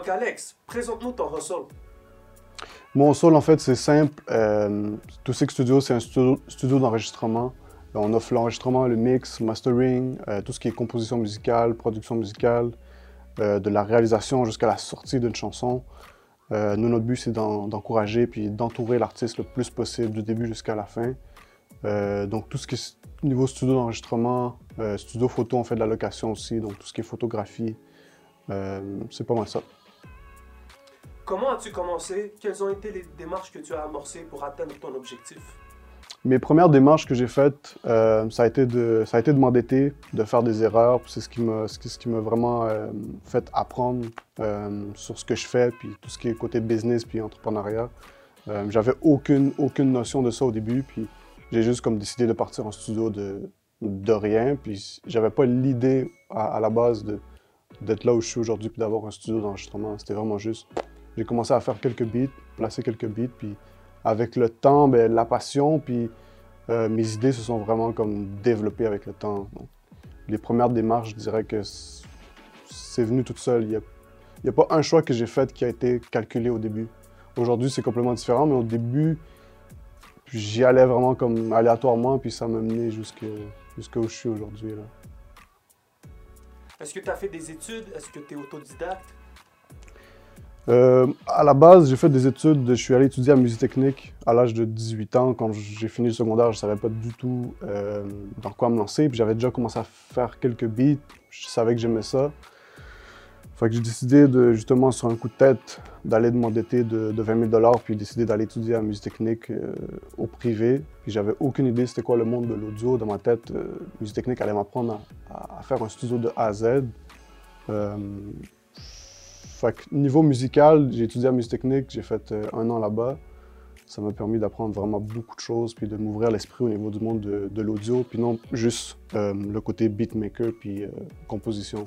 Donc Alex, présente-nous ton hustle. Mon hustle, en fait, c'est simple. Toxic Studio, c'est un studio d'enregistrement. On offre l'enregistrement, le mix, mastering, tout ce qui est composition musicale, production musicale, de la réalisation jusqu'à la sortie d'une chanson. Nous, notre but, c'est d'encourager puis d'entourer l'artiste le plus possible, du début jusqu'à la fin. Donc, tout ce qui est niveau studio d'enregistrement, studio photo, on fait de la location aussi, donc tout ce qui est photographie, c'est pas mal ça. Comment as-tu commencé? Quelles ont été les démarches que tu as amorcées pour atteindre ton objectif? Mes premières démarches que j'ai faites, ça a été de m'endetter, de faire des erreurs. C'est ce qui m'a vraiment fait apprendre sur ce que je fais, puis tout ce qui est côté business puis entrepreneuriat. J'avais aucune notion de ça au début, puis j'ai juste comme décidé de partir en studio de rien. Puis j'avais pas l'idée à la base d'être là où je suis aujourd'hui puis d'avoir un studio d'enregistrement. C'était vraiment juste, j'ai commencé à faire quelques beats, placer quelques beats, puis avec le temps, ben, la passion, puis mes idées se sont vraiment comme développées avec le temps. Donc, les premières démarches, je dirais que c'est venu toute seule. Il y a pas un choix que j'ai fait qui a été calculé au début. Aujourd'hui, c'est complètement différent, mais au début, j'y allais vraiment comme aléatoirement, puis ça m'a mené jusqu'à où je suis aujourd'hui. Est-ce que tu as fait des études? Est-ce que tu es autodidacte? À la base, j'ai fait des études, je suis allé étudier en musique technique à l'âge de 18 ans. Quand j'ai fini le secondaire, je ne savais pas du tout dans quoi me lancer. Puis j'avais déjà commencé à faire quelques beats, je savais que j'aimais ça. Fait que j'ai décidé justement, sur un coup de tête, d'aller m'endetter de 20 000 $, puis décider d'aller étudier en musique technique au privé. Puis j'avais aucune idée c'était quoi le monde de l'audio. Dans ma tête, musique technique allait m'apprendre à faire un studio de A à Z. Fait que niveau musical, j'ai étudié en musique technique, j'ai fait 1 an là-bas. Ça m'a permis d'apprendre vraiment beaucoup de choses, puis de m'ouvrir l'esprit au niveau du monde de l'audio, puis non juste le côté beatmaker puis composition.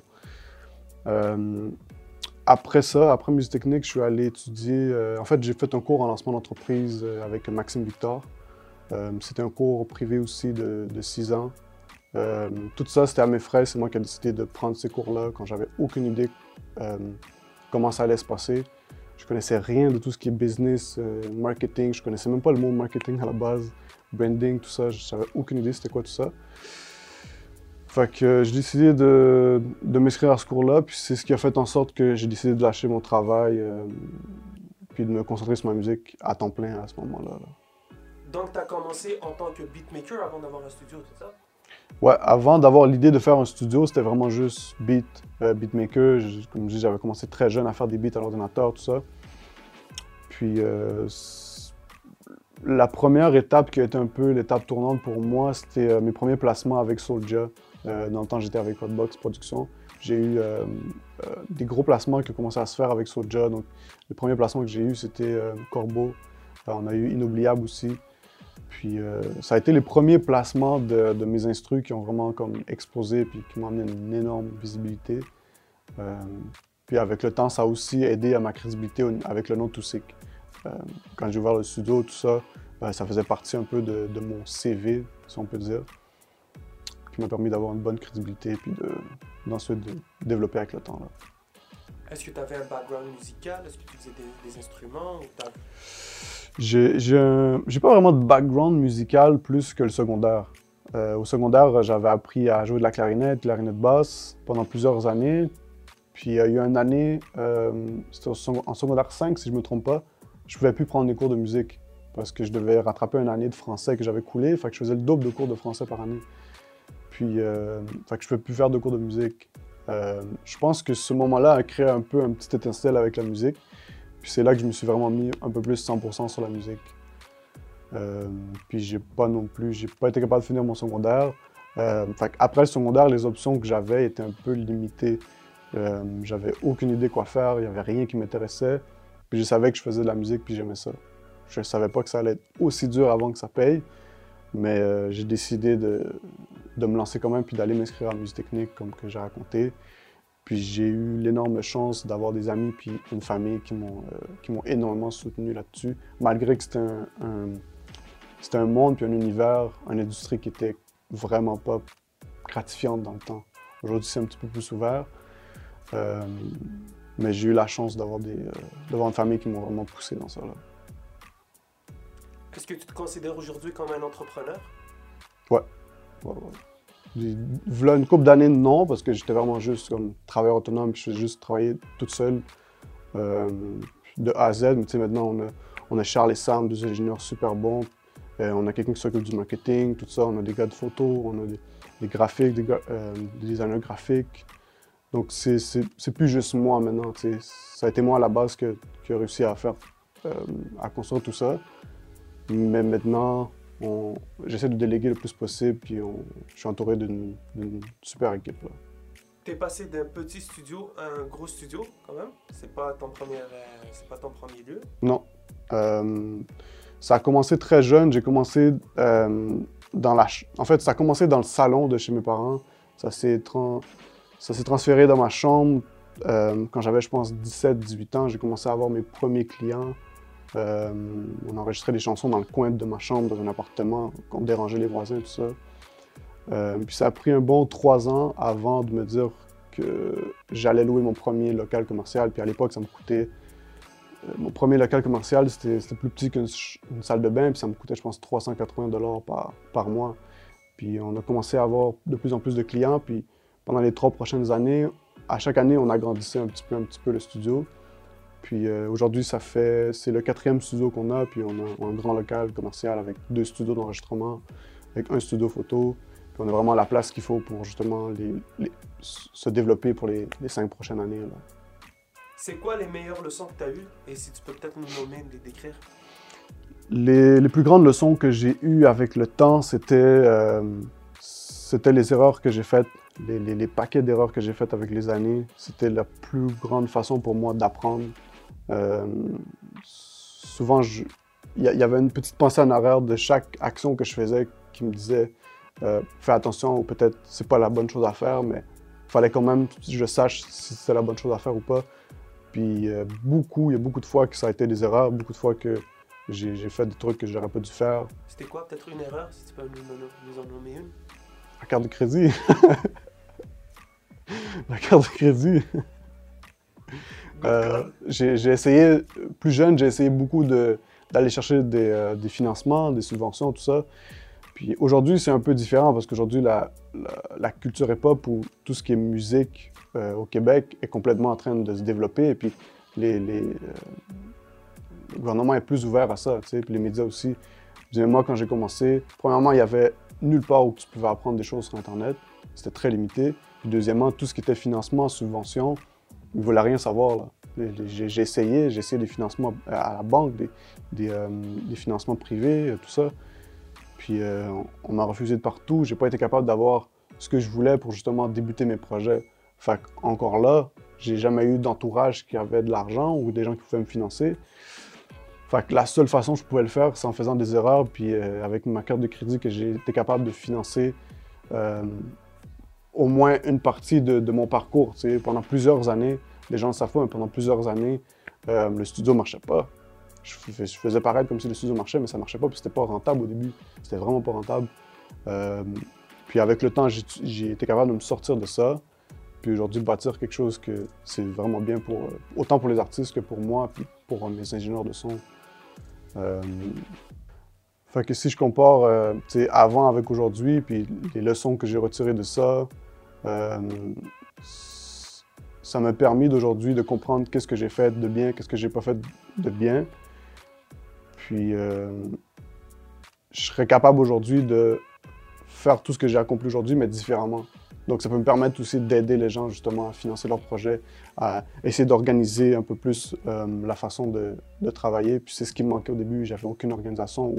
Après ça, après musique technique, je suis allé étudier... en fait, j'ai fait un cours en lancement d'entreprise avec Maxime Victor. C'était un cours privé aussi de 6 ans. Tout ça, c'était à mes frais. C'est moi qui ai décidé de prendre ces cours-là quand j'avais aucune idée comment ça allait se passer. Je connaissais rien de tout ce qui est business, marketing. Je connaissais même pas le mot marketing à la base, branding, tout ça. Je n'avais aucune idée c'était quoi tout ça. Fait que j'ai décidé de m'inscrire à ce cours-là, puis c'est ce qui a fait en sorte que j'ai décidé de lâcher mon travail, puis de me concentrer sur ma musique à temps plein à ce moment-là. Donc tu as commencé en tant que beatmaker avant d'avoir un studio, c'est ça? Ouais, avant d'avoir l'idée de faire un studio, c'était vraiment juste beatmaker. Comme je dis, j'avais commencé très jeune à faire des beats à l'ordinateur, tout ça. Puis la première étape qui a été un peu l'étape tournante pour moi, c'était mes premiers placements avec Soulja. Dans le temps, j'étais avec Hotbox Productions. J'ai eu des gros placements qui ont commencé à se faire avec Soulja. Donc, le premier placement que j'ai eu, c'était Corbeau. On a eu Inoubliable aussi. Puis ça a été les premiers placements de mes instrus qui ont vraiment comme explosé puis qui m'ont amené une énorme visibilité. Puis avec le temps, ça a aussi aidé à ma crédibilité avec le nom Toxic. Quand j'ai ouvert le studio, tout ça, ça faisait partie un peu de mon CV, si on peut dire, qui m'a permis d'avoir une bonne crédibilité puis d'ensuite de développer avec le temps. Là. Est-ce que tu avais un background musical? Est-ce que tu faisais des instruments? J'ai pas vraiment de background musical plus que le secondaire. Au secondaire, j'avais appris à jouer de la clarinette basse pendant plusieurs années. Puis il y a eu une année, c'était en secondaire 5 si je me trompe pas, je pouvais plus prendre des cours de musique parce que je devais rattraper une année de français que j'avais coulé, fait que je faisais le double de cours de français par année. Puis, fait que je pouvais plus faire de cours de musique. Je pense que ce moment-là a créé un peu un petit étincelle avec la musique. Puis c'est là que je me suis vraiment mis un peu plus 100% sur la musique. Puis j'ai pas été capable de finir mon secondaire. Fait après le secondaire, les options que j'avais étaient un peu limitées. J'avais aucune idée quoi faire, il n'y avait rien qui m'intéressait. Puis je savais que je faisais de la musique puis j'aimais ça. Je savais pas que ça allait être aussi dur avant que ça paye, mais j'ai décidé de me lancer quand même puis d'aller m'inscrire en musique technique comme que j'ai raconté. Puis j'ai eu l'énorme chance d'avoir des amis puis une famille qui m'ont énormément soutenu là-dessus, malgré que c'était un monde puis un univers, une industrie qui était vraiment pas gratifiante dans le temps. Aujourd'hui, c'est un petit peu plus ouvert. Mais j'ai eu la chance d'avoir une famille qui m'ont vraiment poussé dans ça. Là. Est-ce que tu te considères aujourd'hui comme un entrepreneur? Ouais. V'là une couple d'années, non, parce que j'étais vraiment juste comme travailleur autonome, puis je faisais juste travailler toute seule de A à Z. Mais tu sais, maintenant, on a Charles et Sam, deux ingénieurs super bons. On a quelqu'un qui s'occupe du marketing, tout ça. On a des gars de photo, on a des graphiques, des designers graphiques. Donc, c'est plus juste moi maintenant. Tu sais. Ça a été moi à la base qui a réussi à construire tout ça. Mais maintenant, j'essaie de déléguer le plus possible, puis je suis entouré d'une super équipe. Tu es passé d'un petit studio à un gros studio, quand même. C'est pas ton premier lieu. Non. Ça a commencé très jeune. J'ai commencé En fait, ça a commencé dans le salon de chez mes parents. Ça s'est transféré dans ma chambre. Quand j'avais, je pense, 17-18 ans, j'ai commencé à avoir mes premiers clients. On enregistrait des chansons dans le coin de ma chambre, dans un appartement, qu'on dérangeait les voisins, tout ça. Puis ça a pris un bon 3 ans avant de me dire que j'allais louer mon premier local commercial. Puis à l'époque, ça me coûtait... mon premier local commercial, c'était plus petit qu'une salle de bain, puis ça me coûtait, je pense, 380 $ par mois. Puis on a commencé à avoir de plus en plus de clients, puis pendant les 3 prochaines années, à chaque année, on agrandissait un petit peu le studio. Puis aujourd'hui, c'est le 4e studio qu'on a, puis on a un grand local commercial avec 2 studios d'enregistrement, avec un studio photo. Puis on a vraiment la place qu'il faut pour justement se développer pour les 5 prochaines années. Là. C'est quoi les meilleures leçons que tu as eues? Et si tu peux peut-être nous nommer, les décrire? Les plus grandes leçons que j'ai eues avec le temps, c'était les erreurs que j'ai faites, les paquets d'erreurs que j'ai faites avec les années. C'était la plus grande façon pour moi d'apprendre. Souvent, il y avait une petite pensée en arrière de chaque action que je faisais qui me disait fais attention, ou peut-être c'est pas la bonne chose à faire, mais il fallait quand même que je sache si c'est la bonne chose à faire ou pas. Puis il y a beaucoup de fois que ça a été des erreurs, beaucoup de fois que j'ai fait des trucs que j'aurais pas dû faire. C'était quoi peut-être une erreur, si tu peux nous en nommer une? La carte de crédit. La carte de crédit. J'ai essayé, plus jeune, j'ai essayé beaucoup d'aller chercher des financements, des subventions, tout ça. Puis aujourd'hui, c'est un peu différent parce qu'aujourd'hui, la culture hip-hop ou tout ce qui est musique au Québec est complètement en train de se développer. Et puis le gouvernement est plus ouvert à ça, tu sais, puis les médias aussi. Moi, quand j'ai commencé, premièrement, il y avait nulle part où tu pouvais apprendre des choses sur Internet. C'était très limité. Puis deuxièmement, tout ce qui était financement, subvention, ils ne voulaient rien savoir. Là. J'ai essayé des financements à la banque, des financements privés, tout ça. Puis on m'a refusé de partout. J'ai pas été capable d'avoir ce que je voulais pour justement débuter mes projets. Fait encore là, j'ai jamais eu d'entourage qui avait de l'argent ou des gens qui pouvaient me financer. Fait que la seule façon que je pouvais le faire, c'est en faisant des erreurs, puis avec ma carte de crédit que j'ai été capable de financer au moins une partie de mon parcours. T'sais. Pendant plusieurs années, les gens le savent pas, mais pendant plusieurs années, le studio marchait pas. Je faisais paraître comme si le studio marchait, mais ça marchait pas, puis c'était pas rentable au début. C'était vraiment pas rentable. Puis avec le temps, j'ai été capable de me sortir de ça. Puis aujourd'hui, bâtir quelque chose que c'est vraiment bien autant pour les artistes que pour moi, puis pour mes ingénieurs de son. Fait que si je compare avant avec aujourd'hui, puis les leçons que j'ai retirées de ça, ça m'a permis d'aujourd'hui de comprendre qu'est-ce que j'ai fait de bien, qu'est-ce que j'ai pas fait de bien. Puis je serais capable aujourd'hui de faire tout ce que j'ai accompli aujourd'hui, mais différemment. Donc ça peut me permettre aussi d'aider les gens justement à financer leurs projets, à essayer d'organiser un peu plus la façon de travailler. Puis c'est ce qui me manquait au début, j'avais aucune organisation,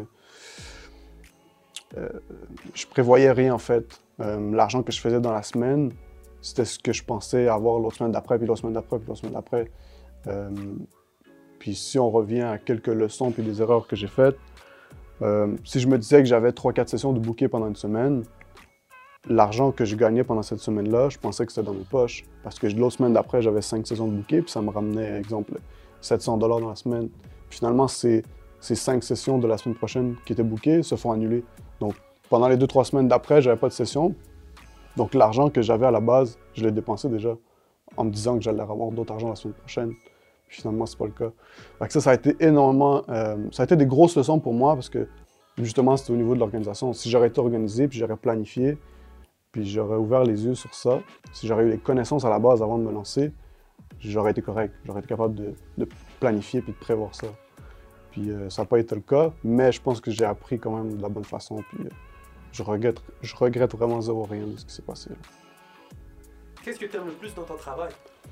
je prévoyais rien en fait. L'argent que je faisais dans la semaine, c'était ce que je pensais avoir l'autre semaine d'après, puis l'autre semaine d'après, puis l'autre semaine d'après. Puis si on revient à quelques leçons puis des erreurs que j'ai faites, si je me disais que j'avais 3-4 sessions de booker pendant une semaine, l'argent que je gagnais pendant cette semaine-là, je pensais que c'était dans mes poches. Parce que l'autre semaine d'après, j'avais 5 sessions de booker, puis ça me ramenait, exemple, 700 $ dans la semaine. Puis finalement, ces 5 sessions de la semaine prochaine qui étaient bookées se font annuler. Donc pendant les 2-3 semaines d'après, j'avais pas de session. Donc l'argent que j'avais à la base, je l'ai dépensé déjà. en me disant que j'allais avoir d'autres argent la semaine prochaine. Puis finalement, c'est pas le cas. Fait que ça a été énormément... ça a été des grosses leçons pour moi parce que justement, c'était au niveau de l'organisation. Si j'aurais été organisé, puis j'aurais planifié, puis j'aurais ouvert les yeux sur ça, si j'aurais eu les connaissances à la base avant de me lancer, j'aurais été correct. J'aurais été capable de planifier puis de prévoir ça. Puis ça n'a pas été le cas, mais je pense que j'ai appris quand même de la bonne façon. Puis je regrette vraiment zéro rien de ce qui s'est passé. Là. Qu'est-ce que tu aimes le plus dans ton travail?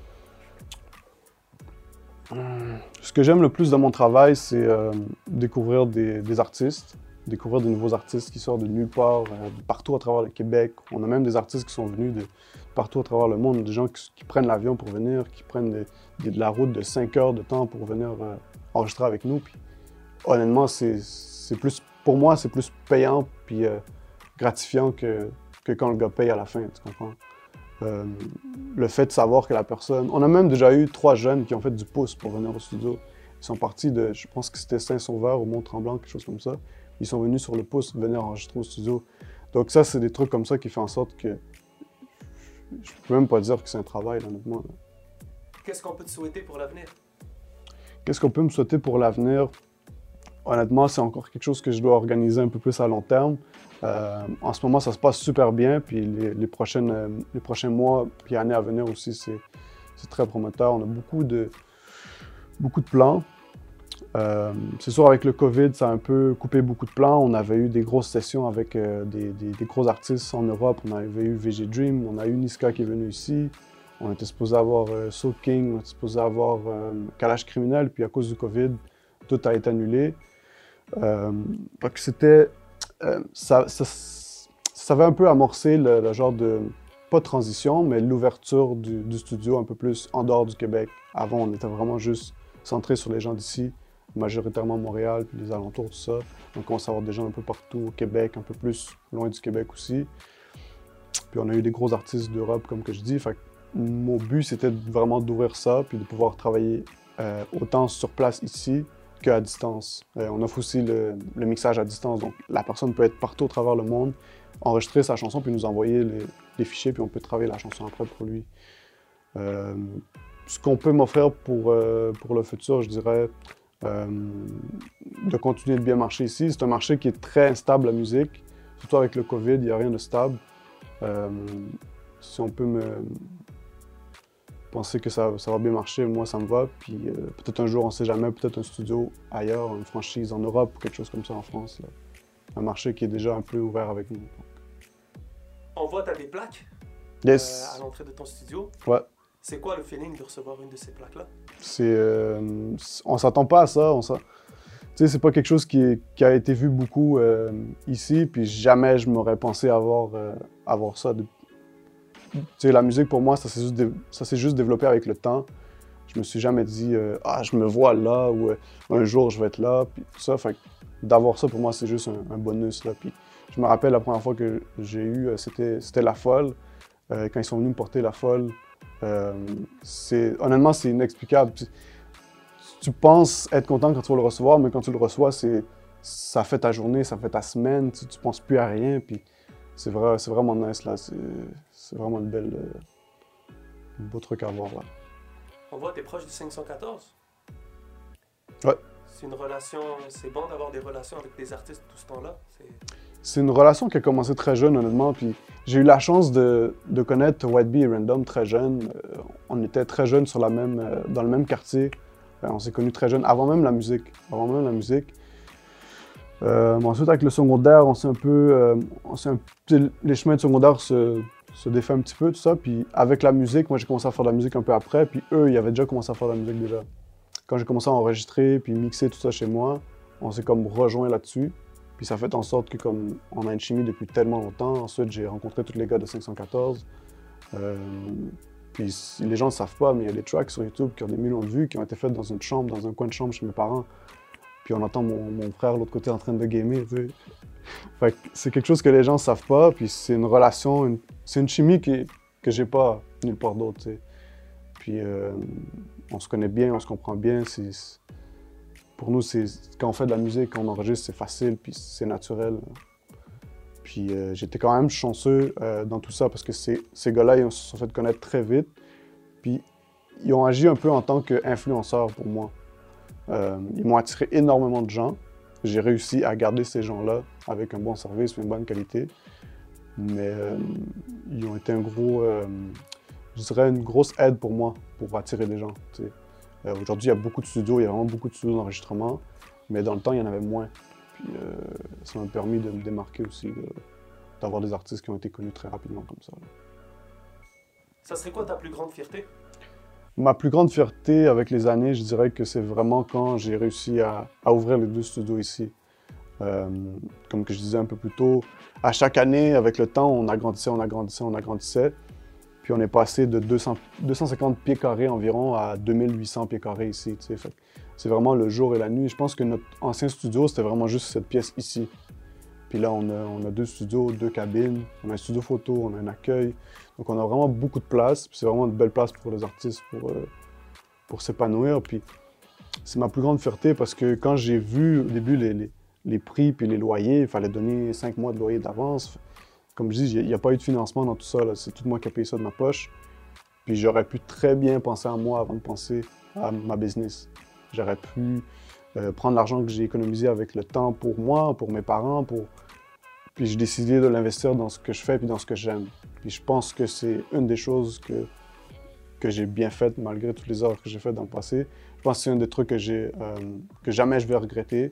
Ce que j'aime le plus dans mon travail, c'est découvrir des artistes, découvrir de nouveaux artistes qui sortent de nulle part, de partout à travers le Québec. On a même des artistes qui sont venus de partout à travers le monde, des gens qui prennent l'avion pour venir, qui prennent de la route de 5 heures de temps pour venir enregistrer avec nous. Puis, honnêtement, pour moi, c'est plus payant puis gratifiant que quand le gars paye à la fin, tu comprends? Le fait de savoir que la personne... On a même déjà eu 3 jeunes qui ont fait du pouce pour venir au studio. Ils sont partis de, je pense que c'était Saint-Sauveur ou Mont-Tremblant, quelque chose comme ça. Ils sont venus sur le pouce venir enregistrer au studio. Donc ça, c'est des trucs comme ça qui font en sorte que... Je peux même pas dire que c'est un travail, honnêtement. Qu'est-ce qu'on peut te souhaiter pour l'avenir? Qu'est-ce qu'on peut me souhaiter pour l'avenir? Honnêtement, c'est encore quelque chose que je dois organiser un peu plus à long terme. En ce moment, ça se passe super bien, puis les prochains mois puis années à venir aussi, c'est très prometteur. On a beaucoup de plans. C'est sûr, avec le COVID, ça a un peu coupé beaucoup de plans. On avait eu des grosses sessions avec des gros artistes en Europe. On avait eu VG Dream, on a eu Niska qui est venu ici. On était supposé avoir Soul King, on était supposé avoir Kalash Criminel, puis à cause du COVID, tout a été annulé. Donc c'était... ça avait un peu amorcé le genre de... Pas de transition, mais l'ouverture du studio un peu plus en dehors du Québec. Avant, on était vraiment juste centré sur les gens d'ici, majoritairement Montréal, puis les alentours, tout ça. Donc on commence à avoir des gens un peu partout au Québec, un peu plus loin du Québec aussi. Puis on a eu des gros artistes d'Europe, comme que je dis. Fait que mon but, c'était vraiment d'ouvrir ça, puis de pouvoir travailler autant sur place ici qu'à distance. On offre aussi le mixage à distance, donc la personne peut être partout au travers le monde, enregistrer sa chanson, puis nous envoyer les fichiers, puis on peut travailler la chanson après pour lui. Ce qu'on peut m'offrir pour le futur, je dirais, de continuer de bien marcher ici. C'est un marché qui est très instable, la musique, surtout avec le COVID, il n'y a rien de stable. Si on peut me penser que ça va bien marcher, moi ça me va. Puis peut-être un jour, on ne sait jamais, peut-être un studio ailleurs, une franchise en Europe ou quelque chose comme ça en France. Là. Un marché qui est déjà un peu ouvert avec nous. On voit, tu as des plaques yes. À l'entrée de ton studio. Ouais. C'est quoi le feeling de recevoir une de ces plaques-là? On s'attend pas à ça. Tu sais, c'est pas quelque chose qui a été vu beaucoup ici, puis jamais je m'aurais pensé avoir ça. Tu sais, la musique, pour moi, ça s'est juste développé avec le temps. Je me suis jamais dit « Ah, je me vois là » ou « Un jour, je vais être là », puis tout ça. Fait que d'avoir ça, pour moi, c'est juste un bonus, là. Puis je me rappelle la première fois que j'ai eu, c'était La Folle. Quand ils sont venus me porter La Folle, honnêtement, c'est inexplicable. Tu penses être content quand tu vas le recevoir, mais quand tu le reçois, ça fait ta journée, ça fait ta semaine, tu penses plus à rien, puis c'est vraiment nice, là. C'est vraiment un beau truc à voir, là. On voit, t'es proche du 514. Ouais. C'est une relation, c'est bon d'avoir des relations avec des artistes tout ce temps-là. C'est une relation qui a commencé très jeune, honnêtement, puis j'ai eu la chance de connaître White Bee et Random très jeune. On était très jeunes dans le même quartier. On s'est connus très jeunes, avant même la musique. Ensuite, avec le secondaire, les chemins de secondaire se défait un petit peu, tout ça. Puis avec la musique, moi j'ai commencé à faire de la musique un peu après, puis eux, ils avaient déjà commencé à faire de la musique déjà. Quand j'ai commencé à enregistrer, puis mixer tout ça chez moi, on s'est comme rejoint là-dessus. Puis ça fait en sorte que comme on a une chimie depuis tellement longtemps. Ensuite, j'ai rencontré tous les gars de 514. Puis les gens ne savent pas, mais il y a des tracks sur YouTube qui ont des millions de vues, qui ont été faits dans une chambre, dans un coin de chambre chez mes parents. Puis on entend mon frère de l'autre côté en train de gamer, tu sais. Fait que c'est quelque chose que les gens ne savent pas, puis c'est une relation, c'est une chimie que j'ai pas nulle part d'autre, tu sais. Puis on se connaît bien, on se comprend bien. Pour nous, quand on fait de la musique, quand on enregistre, c'est facile, puis c'est naturel. Puis j'étais quand même chanceux dans tout ça, parce que ces gars-là, ils se sont fait connaître très vite. Puis ils ont agi un peu en tant qu'influenceurs pour moi. Ils m'ont attiré énormément de gens. J'ai réussi à garder ces gens-là avec un bon service, une bonne qualité. Mais ils ont été je dirais une grosse aide pour moi, pour attirer des gens. Aujourd'hui, il y a beaucoup de studios, il y a vraiment beaucoup de studios d'enregistrement. Mais dans le temps, il y en avait moins. Puis ça m'a permis de me démarquer aussi, d'avoir des artistes qui ont été connus très rapidement comme ça. Ça serait quoi ta plus grande fierté? Ma plus grande fierté avec les années, je dirais que c'est vraiment quand j'ai réussi à ouvrir les 2 studios ici. Comme que je disais un peu plus tôt, à chaque année, avec le temps, on agrandissait, on agrandissait, on agrandissait. Puis on est passé de 250 pieds carrés environ à 2800 pieds carrés ici. C'est vraiment le jour et la nuit. Je pense que notre ancien studio, c'était vraiment juste cette pièce ici. Puis là, on a 2 studios, 2 cabines, on a un studio photo, on a un accueil. Donc on a vraiment beaucoup de place. Puis c'est vraiment une belle place pour les artistes pour s'épanouir. Puis c'est ma plus grande fierté parce que quand j'ai vu au début les prix puis les loyers, il fallait donner 5 mois de loyer d'avance. Comme je dis, il n'y a pas eu de financement dans tout ça. C'est tout moi qui ai payé ça de ma poche. Puis j'aurais pu très bien penser à moi avant de penser à ma business. J'aurais pu prendre l'argent que j'ai économisé avec le temps pour moi, pour mes parents, puis j'ai décidé de l'investir dans ce que je fais puis dans ce que j'aime. Puis je pense que c'est une des choses que j'ai bien faites malgré toutes les erreurs que j'ai faites dans le passé. Je pense que c'est un des trucs que jamais je vais regretter.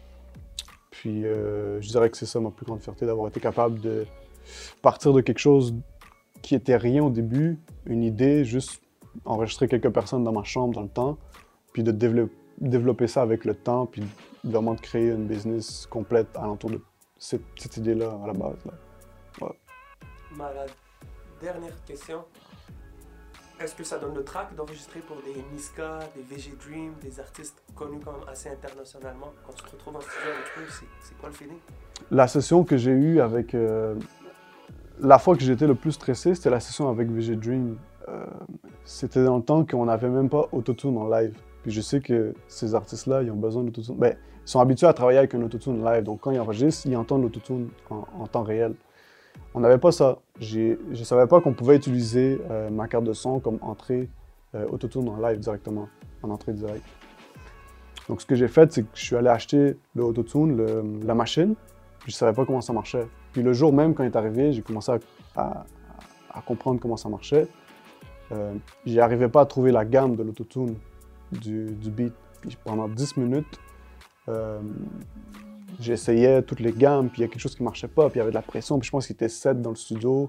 Puis je dirais que c'est ça ma plus grande fierté, d'avoir été capable de partir de quelque chose qui était rien au début, une idée, juste enregistrer quelques personnes dans ma chambre dans le temps, puis de développer ça avec le temps, puis vraiment de créer une business complète alentour de cette petite idée-là à la base. Là. Ouais. Ma dernière question, est-ce que ça donne le trac d'enregistrer pour des Niska, des VG Dream, des artistes connus quand même assez internationalement? Quand tu te retrouves en studio avec eux, c'est quoi le feeling? La session que j'ai eue avec... la fois que j'étais le plus stressé, c'était la session avec VG Dream. C'était dans le temps qu'on n'avait même pas autotune en live. Puis je sais que ces artistes-là, ils ont besoin d'autotune. Ben, ils sont habitués à travailler avec un autotune live. Donc quand ils enregistrent, ils entendent l'autotune en temps réel. On n'avait pas ça. Je ne savais pas qu'on pouvait utiliser ma carte de son comme entrée autotune en live directement, en entrée directe. Donc ce que j'ai fait, c'est que je suis allé acheter le autotune, la machine, puis je ne savais pas comment ça marchait. Puis le jour même, quand il est arrivé, j'ai commencé à comprendre comment ça marchait. Je n'arrivais pas à trouver la gamme de l'autotune du beat. Puis pendant 10 minutes, j'essayais toutes les gammes, puis il y a quelque chose qui ne marchait pas, puis il y avait de la pression, puis je pense qu'il était 7 dans le studio.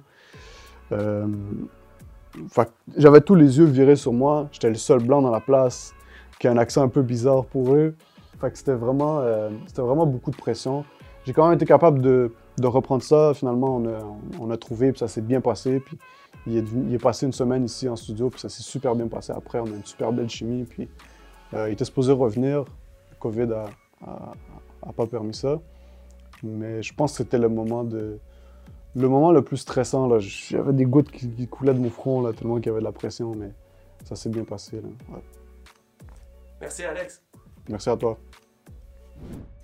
J'avais tous les yeux virés sur moi, j'étais le seul blanc dans la place, qui a un accent un peu bizarre pour eux. Fait que c'était vraiment beaucoup de pression. J'ai quand même été capable de reprendre ça. Finalement, on a trouvé, puis ça s'est bien passé. Puis il est passé une semaine ici en studio, puis ça s'est super bien passé. Après, on a une super belle chimie, puis il était supposé revenir. Le COVID a pas permis ça. Mais je pense que c'était le moment le plus stressant. J'avais des gouttes qui coulaient de mon front, là, tellement qu'il y avait de la pression, mais ça s'est bien passé. Là. Ouais. Merci Alex. Merci à toi.